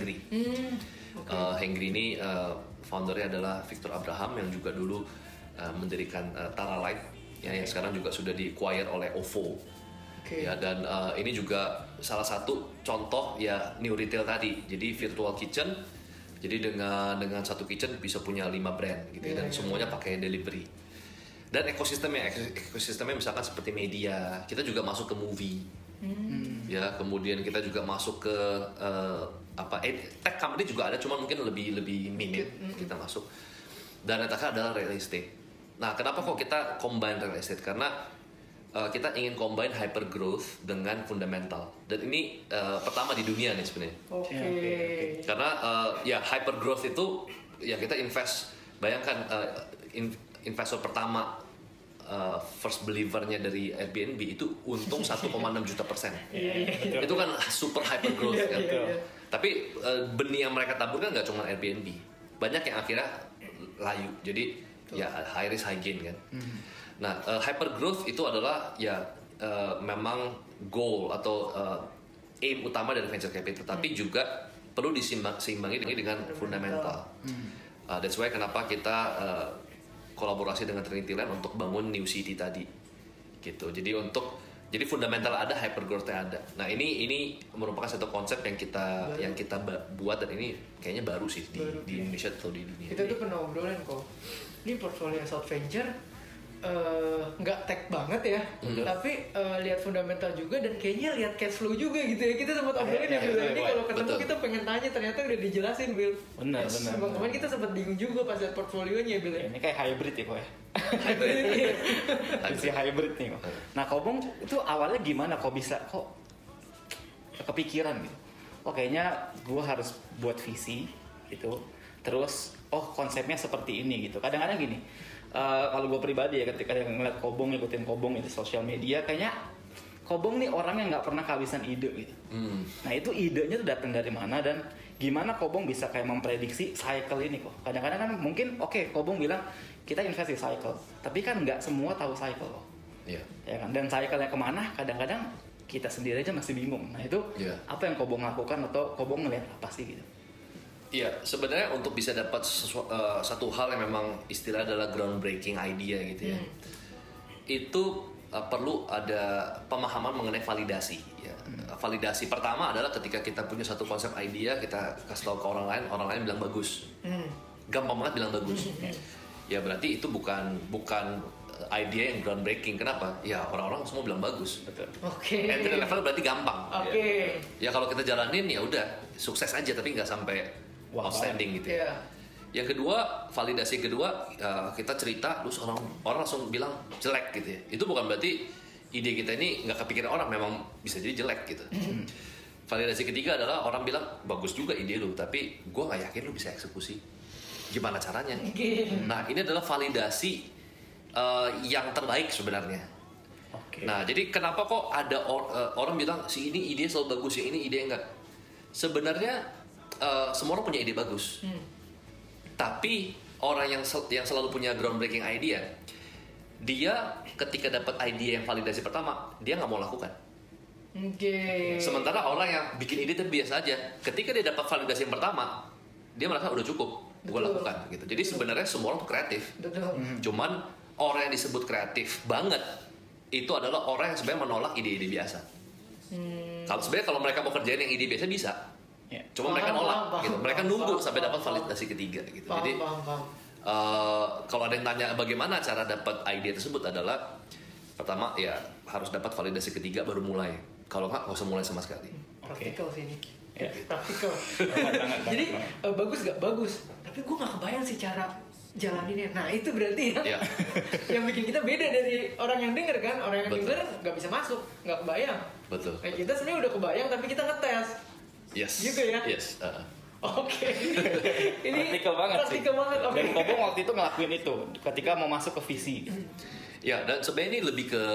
Hengry ini foundernya adalah Victor Abraham yang juga dulu mendirikan Tara Light ya, yang sekarang juga sudah di-acquire oleh OVO. Ya, dan ini juga salah satu contoh ya new retail tadi. Jadi virtual kitchen. Jadi dengan satu kitchen bisa punya 5 brand gitu ya, dan semuanya pakai delivery. Dan ekosistemnya misalkan seperti media, kita juga masuk ke movie. Ya, kemudian kita juga masuk ke tech company juga ada, cuma mungkin lebih minim kita masuk. Dan yang terakhir adalah real estate. Nah, kenapa kok kita combine real estate? Karena kita ingin combine hyper growth dengan fundamental. Dan ini pertama di dunia nih sebenarnya. Karena ya hyper growth itu ya kita invest, bayangkan investor pertama first believer-nya dari Airbnb itu untung 1,6 juta %. Itu kan super hyper growth kan. Tapi benih yang mereka tabur kan nggak cuma Airbnb, banyak yang akhirnya layu. Jadi ya high risk high gain kan. Nah, hyper growth itu adalah ya memang goal atau aim utama dari venture capital, tapi juga perlu diseimbangi dengan fundamental. That's why kenapa kita kolaborasi dengan Trinity Land untuk bangun New City tadi, gitu. Jadi fundamental ada, hyper growth ada. Nah, ini merupakan satu konsep yang kita buat, dan ini kayaknya baru sih di Indonesia atau di dunia.
Kita tuh pernah obrolin kok. Ini portfolio Soft Venture nggak tech banget ya, tapi lihat fundamental juga, dan kayaknya lihat cash flow juga gitu ya. Kita sempat obrolin ya, Bill. Ini kalau ketemu kita pengen tanya, ternyata udah dijelasin, Bill.
Benar.
Kemarin kita sempat bingung juga pas lihat portfolionya, Bill.
Ini kayak hybrid ya kok ya.
Hybrid.
Hybrid nih kok. Nah, Kobong itu awalnya gimana kok bisa kepikiran gitu? Oh, kayaknya gue harus buat visi gitu. Terus konsepnya seperti ini gitu. Kadang-kadang gini. Kalau gue pribadi ya, ketika ngeliat Kobong, ngikutin Kobong di sosial media, kayaknya Kobong nih orang yang nggak pernah kehabisan ide gitu. Nah, itu idenya tuh datang dari mana, dan gimana Kobong bisa kayak memprediksi cycle ini kok? Kadang-kadang kan mungkin Kobong bilang kita invest di cycle, tapi kan nggak semua tahu cycle kok. Ya kan? Dan cycle-nya kemana? Kadang-kadang kita sendiri aja masih bingung. Nah, itu apa yang Kobong lakukan, atau Kobong ngeliat apa sih gitu?
Iya, sebenarnya untuk bisa dapat satu hal yang memang istilah adalah groundbreaking idea gitu ya, itu perlu ada pemahaman mengenai validasi. Ya. Validasi pertama adalah ketika kita punya satu konsep idea, kita kasih tahu ke orang lain bilang bagus. Gampang banget bilang bagus. Ya berarti itu bukan idea yang groundbreaking. Kenapa? Ya orang-orang semua bilang bagus. Entry level berarti gampang. Ya kalau kita jalanin ya udah sukses aja, tapi nggak sampai outstanding gitu ya. Yang kedua, validasi kedua, kita cerita terus orang langsung bilang jelek gitu ya. Itu bukan berarti ide kita ini nggak kepikiran orang, memang bisa jadi jelek gitu. Validasi ketiga adalah orang bilang bagus juga ide lu, tapi gue nggak yakin lu bisa eksekusi. Gimana caranya? Nah, ini adalah validasi yang terbaik sebenarnya. Nah, jadi kenapa kok ada orang bilang si ini ide selalu bagus, ya ini ide enggak? Sebenarnya semua orang punya ide bagus, tapi orang yang selalu punya groundbreaking idea, dia ketika dapat ide yang validasi pertama, dia nggak mau lakukan. Sementara orang yang bikin ide tapi biasa aja, ketika dia dapat validasi yang pertama, dia merasa udah cukup, gue lakukan gitu. Jadi sebenarnya semua orang tuh kreatif. Cuman orang yang disebut kreatif banget itu adalah orang yang sebenarnya menolak ide-ide biasa. Kalau mereka mau kerjain yang ide biasa bisa. Cuma mereka nolak gitu. Mereka nunggu sampai dapat validasi ketiga gitu. Jadi kalau ada yang tanya bagaimana cara dapat ide tersebut, adalah pertama ya harus dapat validasi ketiga baru mulai. Kalau nggak usah mulai sama sekali.
Praktikal sih ini. Praktikal. Jadi bagus gak? Bagus. Tapi gue nggak kebayang sih cara jalaninnya. Nah itu berarti ya yang bikin kita beda dari orang yang denger kan. Orang yang denger nggak bisa masuk, nggak kebayang.
Betul.
Nah, kita sebenarnya udah kebayang tapi kita ngetes.
Yes.
Gitu ya?
Yes.
Ini
praktikal banget sih. Dan Kobong waktu itu ngelakuin itu ketika mau masuk ke visi.
Ya, dan sebenarnya ini lebih ke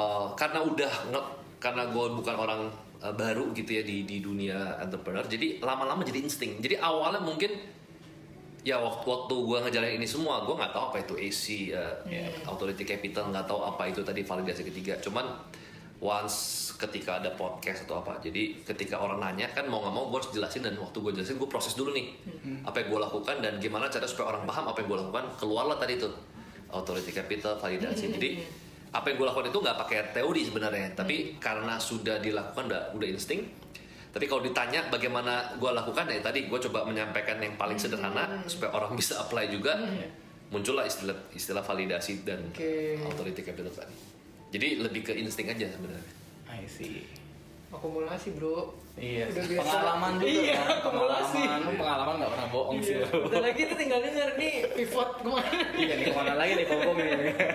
karena gue bukan orang baru gitu ya di dunia entrepreneur, jadi lama-lama jadi insting. Jadi awalnya mungkin ya waktu gue ngejalanin ini semua, gue nggak tahu apa itu AC, authority capital, nggak tahu apa itu tadi validasi ketiga. Cuman once ketika ada podcast atau apa, jadi ketika orang nanya kan mau nggak mau gue harus jelasin, dan waktu gue jelasin gue proses dulu nih apa yang gue lakukan dan gimana cara supaya orang paham apa yang gue lakukan. Keluarlah tadi tuh authority capital, validasi. Jadi apa yang gue lakukan itu nggak pakai teori sebenarnya, tapi karena sudah dilakukan udah insting. Tapi kalau ditanya bagaimana gue lakukan, ya tadi gue coba menyampaikan yang paling sederhana supaya orang bisa apply juga. Muncullah istilah validasi dan authority capital tadi. Jadi lebih ke insting aja sebenarnya.
I see.
Akumulasi bro.
Iya.
Udah biasa.
Pengalaman juga
Iya,
kan.
akumulasi.
Pengalaman nggak pernah bohong sih.
Iya. Bentar lagi tuh tinggal denger nih pivot kemana.
Iya nih kemana lagi nih kobong ini.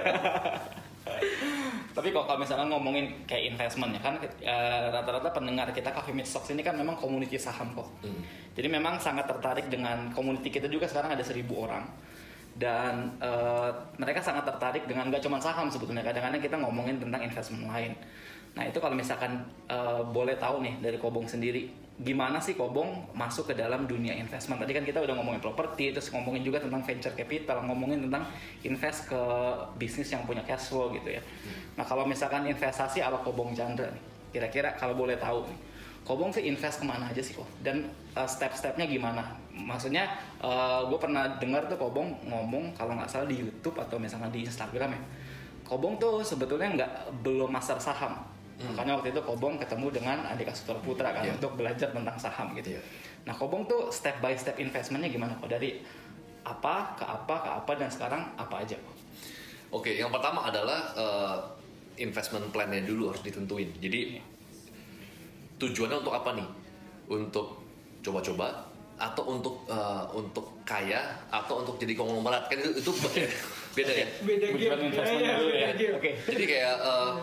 Tapi kalau misalkan ngomongin kayak investment ya kan, rata-rata pendengar kita Coffee Meets Stocks ini kan memang community saham kok. Jadi memang sangat tertarik dengan community kita juga. Sekarang ada 1.000 orang. Dan mereka sangat tertarik dengan gak cuma saham sebetulnya, kadang-kadang kita ngomongin tentang investment lain. Nah itu kalau misalkan boleh tahu nih dari Kobong sendiri, gimana sih Kobong masuk ke dalam dunia investment? Tadi kan kita udah ngomongin properti, terus ngomongin juga tentang venture capital, ngomongin tentang invest ke bisnis yang punya cash flow gitu ya. Nah kalau misalkan investasi ala Kobong Chandra nih, kira-kira kalau boleh tahu nih, Kobong sih invest kemana aja sih kok? Dan step-stepnya gimana? Maksudnya gue pernah dengar tuh Kobong ngomong kalau nggak salah di YouTube atau misalkan di Instagram ya, Kobong tuh sebetulnya belum master saham. Makanya waktu itu Kobong ketemu dengan Andika Sutraputra kan untuk belajar tentang saham gitu. Nah Kobong tuh step by step investmentnya gimana kok? Dari apa ke apa dan sekarang apa aja kok?
Oke, yang pertama adalah investment plan-nya dulu harus ditentuin. Jadi tujuannya untuk apa nih? Untuk coba-coba atau untuk kaya atau untuk jadi konglomerat? Kan itu beda ya.
Beda
Tujuan investmentnya dulu ya. Oke.
Jadi kayak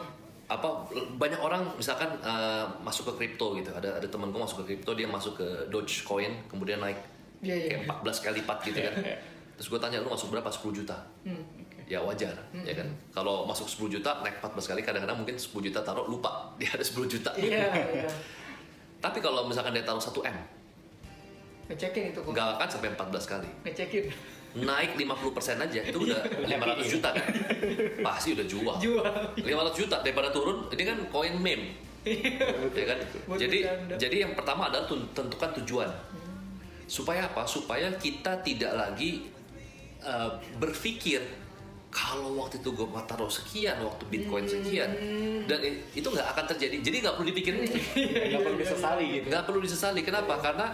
banyak orang misalkan masuk ke kripto gitu. Ada temanku masuk ke kripto, dia masuk ke Dogecoin, kemudian naik kayak 14 kali lipat gitu kan. Terus gue tanya, lu masuk berapa? 10 juta. Ya wajar, ya kan. Kalau masuk 10 juta naik 14 kali, kadang-kadang mungkin 10 juta taruh lupa dia ada 10 juta.
Iya.
Tapi kalau misalkan dia taruh 1 M,
Ngecekin itu kok.
nggak akan sampai 14 kali.
Ngecekin.
Naik 50% aja itu udah 500 juta kan. Pasti udah jual. 500 juta daripada turun, ini kan koin meme. Ya kan? Jadi yang pertama adalah tentukan tujuan. Supaya apa? Supaya kita tidak lagi berpikir kalau waktu itu gue mau taruh sekian, waktu Bitcoin sekian, dan itu nggak akan terjadi. Jadi nggak perlu dipikirin.
Nggak perlu disesali gitu.
Nggak perlu disesali. Kenapa? Karena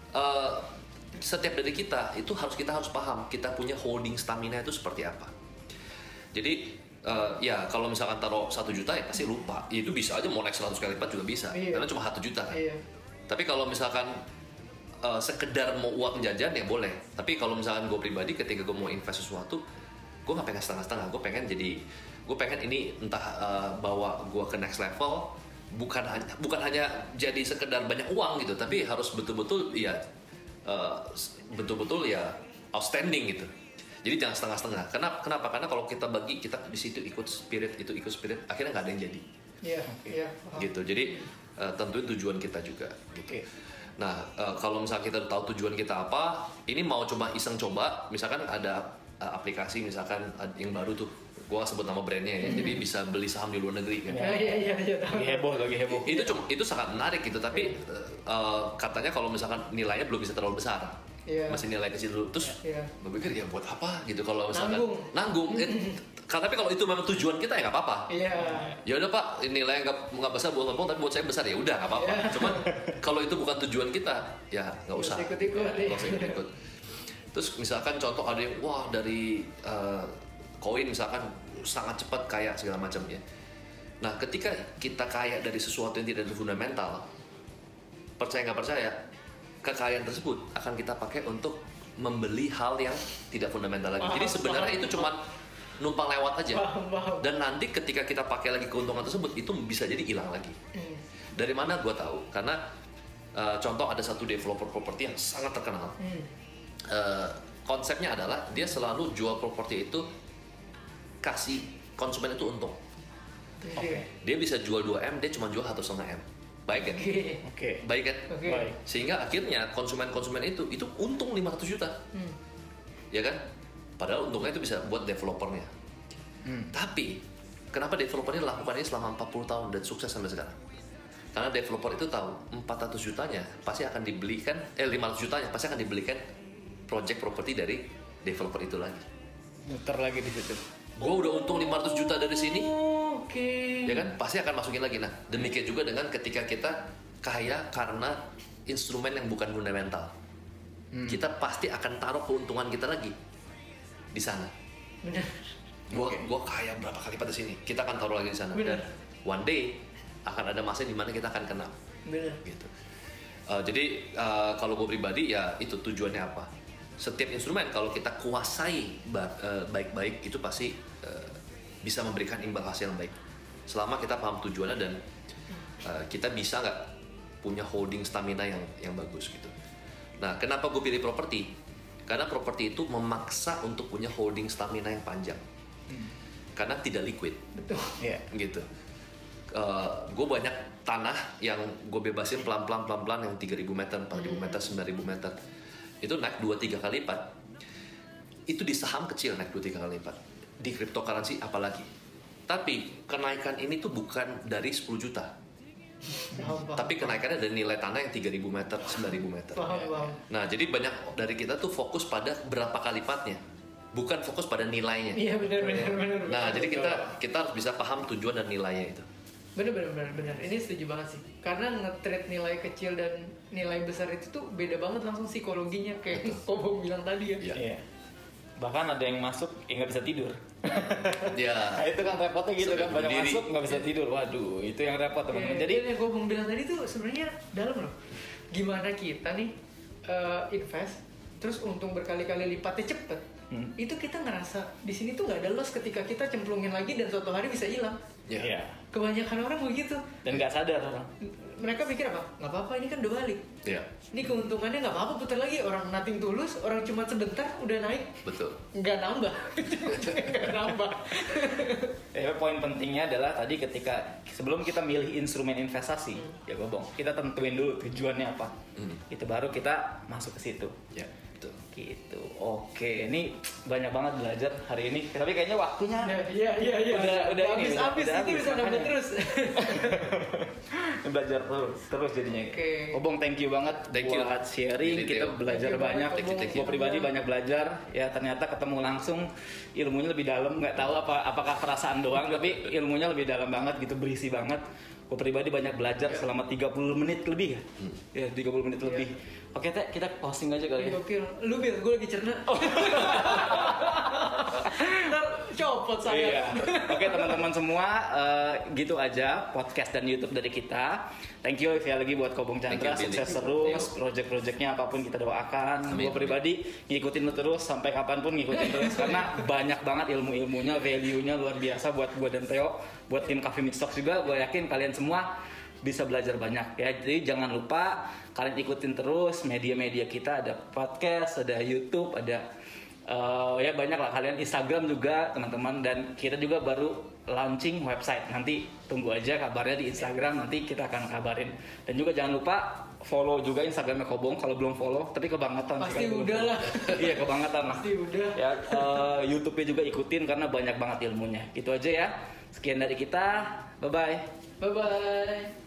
setiap dari kita itu kita harus paham kita punya holding stamina itu seperti apa. Jadi ya kalau misalkan taruh 1 juta ya pasti lupa. Itu bisa aja mau naik 100 kali lipat juga bisa. Karena cuma 1 juta kan. Tapi kalau misalkan sekedar mau uang jajan ya boleh. Tapi kalau misalkan gue pribadi ketika gue mau invest sesuatu, gue nggak pengen setengah-setengah. Gue pengen ini entah bawa gue ke next level. Bukan hanya jadi sekedar banyak uang gitu, tapi harus betul-betul ya outstanding gitu. Jadi jangan setengah-setengah. Kenapa? Karena kalau kita bagi, kita di situ ikut spirit, akhirnya nggak ada yang jadi.
Iya.
Gitu. Jadi tentuin tujuan kita juga. Gitu. Nah, kalau misalnya kita tahu tujuan kita apa, ini mau coba iseng coba, misalkan ada aplikasi misalkan yang baru tuh. Gua nggak sebut nama brandnya ya, jadi bisa beli saham di luar negeri kan.
Iya.
Lagi heboh.
Itu sangat menarik gitu, tapi katanya kalau misalkan nilainya belum bisa terlalu besar, masih nilai kecil dulu. Terus gue pikir ya buat apa gitu kalau misalkan nanggung. Tapi kalau itu memang tujuan kita ya nggak apa-apa. Ya udah Pak, nilai nggak besar buat Kobong, tapi buat saya besar ya udah nggak apa-apa. Cuman kalau itu bukan tujuan kita, ya nggak usah. Nggak usah ikut. Terus misalkan contoh ada yang dari koin misalkan sangat cepat kaya segala macam ya. Nah ketika kita kaya dari sesuatu yang tidak ada fundamental, percaya nggak percaya, kekayaan tersebut akan kita pakai untuk membeli hal yang tidak fundamental lagi. Jadi sebenarnya itu cuma numpang lewat aja. Dan nanti ketika kita pakai lagi keuntungan tersebut, itu bisa jadi hilang lagi. Dari mana gue tahu? Karena contoh ada satu developer properti yang sangat terkenal. Konsepnya adalah dia selalu jual properti itu kasih konsumen itu untung. Dia bisa jual 2M, dia cuma jual 1,5 M. Baik kan? Baik kan? Sehingga akhirnya konsumen-konsumen itu untung 500 juta. Ya kan? Padahal untungnya itu bisa buat developernya. Tapi Kenapa developer ini lakukan ini selama 40 tahun dan sukses sampai sekarang? Karena developer itu tahu 400 jutanya pasti akan dibelikan, 500 jutanya pasti akan dibelikan project property dari developer itu lagi.
Muter lagi di situ.
Gue udah untung 500 juta dari sini,
Oke.
ya kan? Pasti akan masukin lagi. Nah, demikian juga dengan ketika kita kaya karena instrumen yang bukan fundamental. Kita pasti akan taruh keuntungan kita lagi di sana.
Benar.
Gua kaya berapa kali lipat di sini, kita akan taruh lagi di sana.
Benar.
Dan one day akan ada masa di mana kita akan kena.
Benar.
Gitu. Jadi kalau gue pribadi ya itu tujuannya apa? Setiap instrumen kalau kita kuasai baik-baik itu pasti bisa memberikan imbal hasil yang baik. Selama kita paham tujuannya dan kita bisa nggak punya holding stamina yang bagus gitu. Nah, kenapa gue pilih properti? Karena properti itu memaksa untuk punya holding stamina yang panjang. Karena tidak liquid.
Betul.
Iya.
Gitu. Gue banyak tanah yang gue bebasin pelan-pelan yang 3.000 meter, 4.000 meter, 9.000 meter. Itu naik 2-3 kali lipat. Itu di saham kecil naik 2-3 kali lipat. Di cryptocurrency apalagi. Tapi kenaikan ini tuh bukan dari 10 juta.
Paham.
Tapi kenaikannya dari nilai tanah yang 3.000 meter, 9.000 meter.
Paham.
Nah, jadi banyak dari kita tuh fokus pada berapa kali lipatnya, bukan fokus pada nilainya.
Iya benar.
Nah, jadi kita harus bisa paham tujuan dan nilainya itu.
Benar. Ini setuju banget sih. Karena nge-trade nilai kecil dan nilai besar itu tuh beda banget langsung psikologinya kayak Kobong bilang tadi ya.
Iya.
Iya. Bahkan ada yang masuk nggak bisa tidur.
Ya.
Nah, itu kan repotnya gitu kan, banyak
Berdiri.
masuk nggak bisa tidur. Waduh, itu yang repot teman-teman. Jadi
yang Kobong bilang tadi tuh sebenarnya dalam loh. Gimana kita nih invest terus untung berkali-kali lipatnya cepet. Itu kita ngerasa di sini tuh nggak ada loss ketika kita cemplungin lagi dan suatu hari bisa hilang.
Ya.
Iya.
Kebanyakan orang begitu.
Dan nggak sadar orang.
Mereka pikir apa? Nggak apa-apa, ini kan udah balik.
Ya,
Ini keuntungannya nggak apa-apa, putar lagi. Orang nothing tulus, orang cuma sebentar udah naik.
betul.
Nggak nambah. Nggak nambah.
Ya, poin pentingnya adalah tadi ketika sebelum kita milih instrumen investasi, ya Gobong, kita tentuin dulu tujuannya apa. Itu baru kita masuk ke situ.
Ya, betul.
Gitu. Oke, ini banyak banget belajar hari ini. Tapi kayaknya waktunya
Iya.
Udah ini,
habis
udah
ini
habis,
bisa nambah
makanya.
terus.
belajar terus jadinya.
Oke.
Bong, thank you banget
Thank you.
buat sharing.
Ini
Kita
Theo.
belajar
Thank you
banyak.
banget,
Thank you.
Gue pribadi banyak belajar. Ya ternyata ketemu langsung ilmunya lebih dalam. Nggak tahu apakah perasaan doang, tapi ilmunya lebih dalam banget gitu, berisi banget. Gue pribadi banyak belajar selama 30 menit lebih ya. Ya 30 menit lebih. Oke, Teh, kita posting aja kali ya.
Gokil. Lu Bil, gue lagi cerna. Ntar copot saya.
Iya. Oke teman-teman semua, gitu aja podcast dan YouTube dari kita. Thank you ya lagi buat Kobong Chandra,
Thank you,
sukses
Billy.
terus, project-projectnya apapun kita doakan.
Amin.
Gue pribadi ngikutin lu terus sampai kapanpun ngikutin terus karena banyak banget ilmu-ilmunya, value-nya luar biasa buat gue dan Theo, buat tim Coffee Meets Talks juga. Gue yakin kalian semua bisa belajar banyak ya. Jadi jangan lupa kalian ikutin terus media-media kita, ada podcast, ada YouTube, ada ya banyak lah, kalian Instagram juga teman-teman, dan kita juga baru launching website. Nanti tunggu aja kabarnya di Instagram, nanti kita akan kabarin. Dan juga jangan lupa follow juga Instagramnya Kobong kalau belum follow, tapi kebangetan
Pasti
sih kalau belum
udah
follow.
lah.
Iya kebangetan lah.
Pasti udah.
Ya YouTube-nya juga ikutin karena banyak banget ilmunya. Gitu aja ya. Sekian dari kita. Bye bye.
Bye-bye.